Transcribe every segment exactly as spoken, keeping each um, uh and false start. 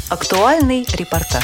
Актуальный репортаж.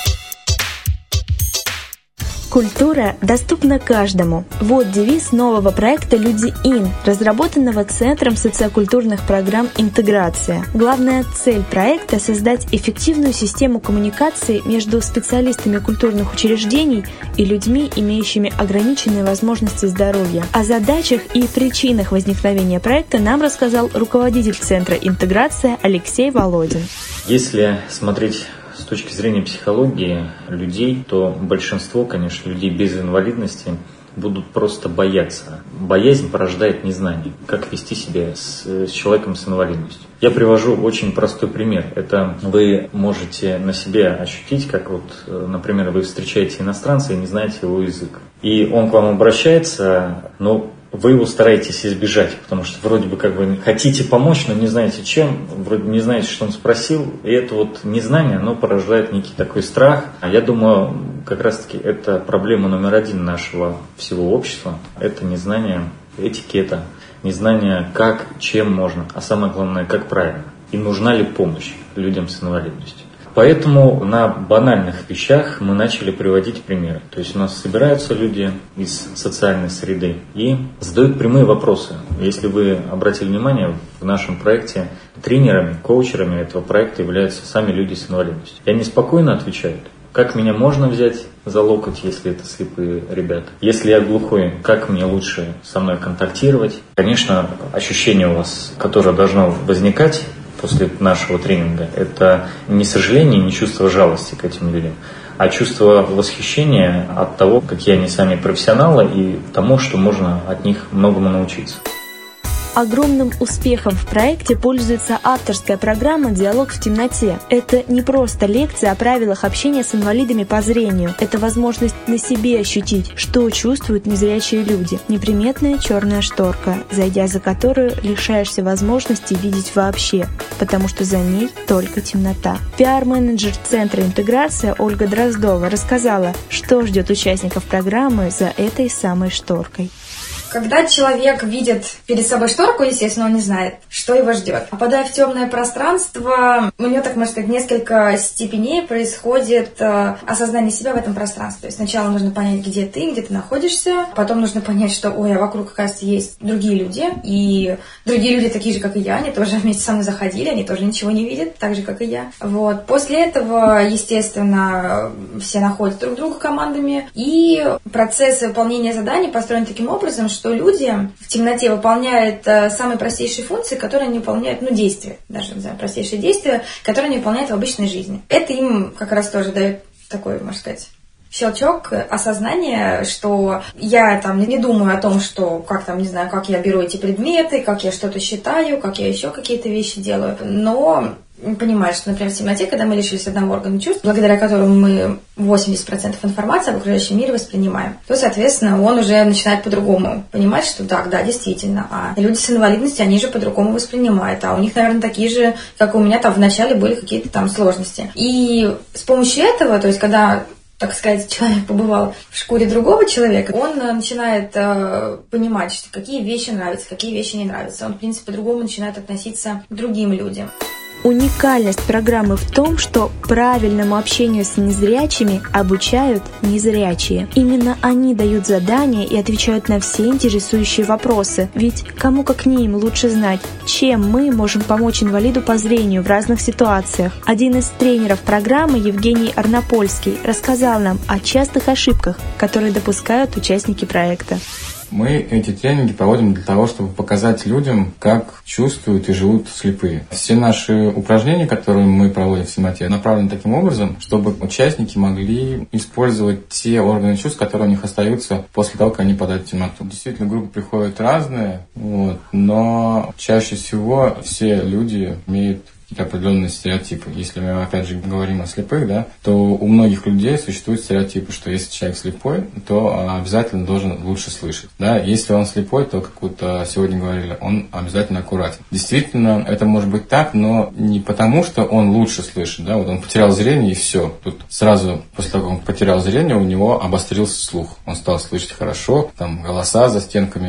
Культура доступна каждому. Вот девиз нового проекта «Люди-Ин», разработанного Центром социокультурных программ «Интеграция». Главная цель проекта – создать эффективную систему коммуникации между специалистами культурных учреждений и людьми, имеющими ограниченные возможности здоровья. О задачах и причинах возникновения проекта нам рассказал руководитель Центра «Интеграция» Алексей Володин. Если смотреть с точки зрения психологии людей, то большинство, конечно, людей без инвалидности будут просто бояться. Боязнь порождает незнание, как вести себя с, с человеком с инвалидностью. Я привожу очень простой пример. Это вы можете на себе ощутить, как вот, например, вы встречаете иностранца и не знаете его язык. И он к вам обращается, но вы его стараетесь избежать, потому что вроде бы как бы хотите помочь, но не знаете чем, вроде не знаете, что он спросил, и это вот незнание, оно порождает некий такой страх. А я думаю, как раз-таки это проблема номер один нашего всего общества, это незнание этикета, незнание как, чем можно, а самое главное, как правильно, и нужна ли помощь людям с инвалидностью. Поэтому на банальных вещах мы начали приводить примеры. То есть у нас собираются люди из социальной среды и задают прямые вопросы. Если вы обратили внимание, в нашем проекте тренерами, коучерами этого проекта являются сами люди с инвалидностью. И они спокойно отвечают. Как меня можно взять за локоть, если это слепые ребята? Если я глухой, как мне лучше со мной контактировать? Конечно, ощущение у вас, которое должно возникать после нашего тренинга, это не сожаление, не чувство жалости к этим людям, а чувство восхищения от того, какие они сами профессионалы и тому, что можно от них многому научиться. Огромным успехом в проекте пользуется авторская программа «Диалог в темноте». Это не просто лекция о правилах общения с инвалидами по зрению. Это возможность на себе ощутить, что чувствуют незрячие люди. Неприметная черная шторка, зайдя за которую лишаешься возможности видеть вообще, потому что за ней только темнота. Пиар-менеджер Центра «Интеграция» Ольга Дроздова рассказала, что ждет участников программы за этой самой шторкой. Когда человек видит перед собой шторку, естественно, он не знает, что его ждет. Попадая в темное пространство, у него, так можно сказать, несколько степеней происходит э, осознание себя в этом пространстве. То есть сначала нужно понять, где ты, где ты находишься, потом нужно понять, что, ой, а вокруг, оказывается, есть другие люди, и другие люди такие же, как и я, они тоже вместе со мной заходили, они тоже ничего не видят, так же, как и я. Вот. После этого, естественно, все находят друг друга командами, и процесс выполнения заданий построен таким образом, что люди в темноте выполняют э, самые простейшие функции, которые они выполняют, ну, действия, даже, не знаю, простейшие действия, которые они выполняют в обычной жизни. Это им как раз тоже дает такой, можно сказать, щелчок, осознание, что я там не думаю о том, что как там, не знаю, как я беру эти предметы, как я что-то считаю, как я еще какие-то вещи делаю, но понимаешь, что, например, в темноте, когда мы лишились одного органа чувств, благодаря которому мы восемьдесят процентов информации об окружающем мире воспринимаем, то, соответственно, он уже начинает по-другому понимать, что так, да, действительно, а люди с инвалидностью, они же по-другому воспринимают, а у них, наверное, такие же, как и у меня там вначале были какие-то там сложности. И с помощью этого, то есть, когда, так сказать, человек побывал в шкуре другого человека, он начинает э, понимать, что какие вещи нравятся, какие вещи не нравятся. Он, в принципе, по-другому начинает относиться к другим людям. Уникальность программы в том, что правильному общению с незрячими обучают незрячие. Именно они дают задания и отвечают на все интересующие вопросы. Ведь кому как не им лучше знать, чем мы можем помочь инвалиду по зрению в разных ситуациях. Один из тренеров программы, Евгений Арнопольский, рассказал нам о частых ошибках, которые допускают участники проекта. Мы эти тренинги проводим для того, чтобы показать людям, как чувствуют и живут слепые. Все наши упражнения, которые мы проводим в темноте, направлены таким образом, чтобы участники могли использовать те органы чувств, которые у них остаются после того, как они попадают в темноту. Действительно, группы приходят разные, вот, но чаще всего все люди имеют какие-то определенные стереотипы. Если мы, опять же, говорим о слепых, да, то у многих людей существуют стереотипы, что если человек слепой, то обязательно должен лучше слышать. Да? Если он слепой, то, как вот сегодня говорили, он обязательно аккуратен. Действительно, это может быть так, но не потому, что он лучше слышит. Да? Вот он потерял зрение, и все. Тут сразу после того, как он потерял зрение, у него обострился слух. Он стал слышать хорошо, там голоса за стенками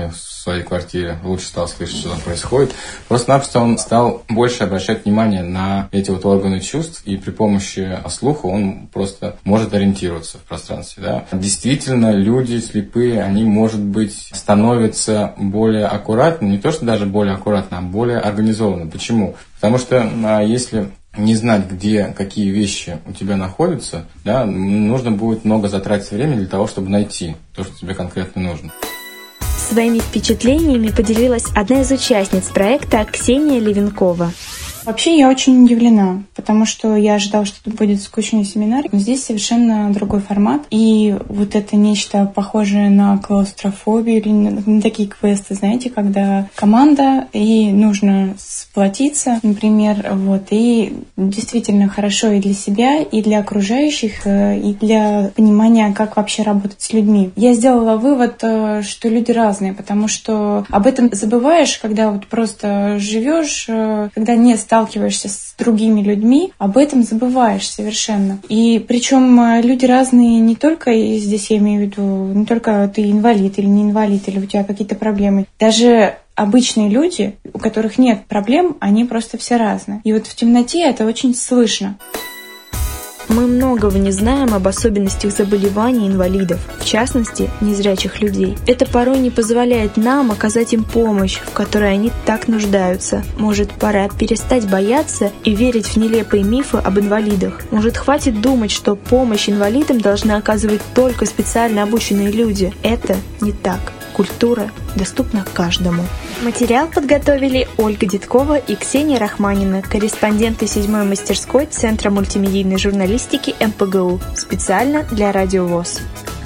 своей квартире, лучше стал слышать, что там происходит. Просто-напросто он стал больше обращать внимание на эти вот органы чувств, и при помощи слуха он просто может ориентироваться в пространстве. Да? Действительно, люди слепые, они, может быть, становятся более аккуратны, не то что даже более аккуратны, а более организованны. Почему? Потому что если не знать, где какие вещи у тебя находятся, да, нужно будет много затратить времени для того, чтобы найти то, что тебе конкретно нужно. Своими впечатлениями поделилась одна из участниц проекта Ксения Левенкова. Вообще я очень удивлена, потому что я ожидала, что это будет скучный семинар, но здесь совершенно другой формат. И вот это нечто похожее на клаустрофобию или на такие квесты, знаете, когда команда и нужно сплотиться, например, вот, и действительно хорошо и для себя, и для окружающих, и для понимания, как вообще работать с людьми. Я сделала вывод, что люди разные, потому что об этом забываешь, когда вот просто живешь, когда не сталкиваешься с другими людьми, об этом забываешь совершенно. И причем люди разные не только, и здесь я имею в виду, не только ты инвалид или не инвалид, или у тебя какие-то проблемы. Даже обычные люди, у которых нет проблем, они просто все разные. И вот в темноте это очень слышно. Мы многого не знаем об особенностях заболеваний инвалидов, в частности, незрячих людей. Это порой не позволяет нам оказать им помощь, в которой они так нуждаются. Может, пора перестать бояться и верить в нелепые мифы об инвалидах? Может, хватит думать, что помощь инвалидам должны оказывать только специально обученные люди? Это не так. Культура доступна каждому. Материал подготовили Ольга Дедкова и Ксения Рахманина, корреспонденты седьмой мастерской Центра мультимедийной журналистики эм пэ гэ у, специально для Радио ВОС.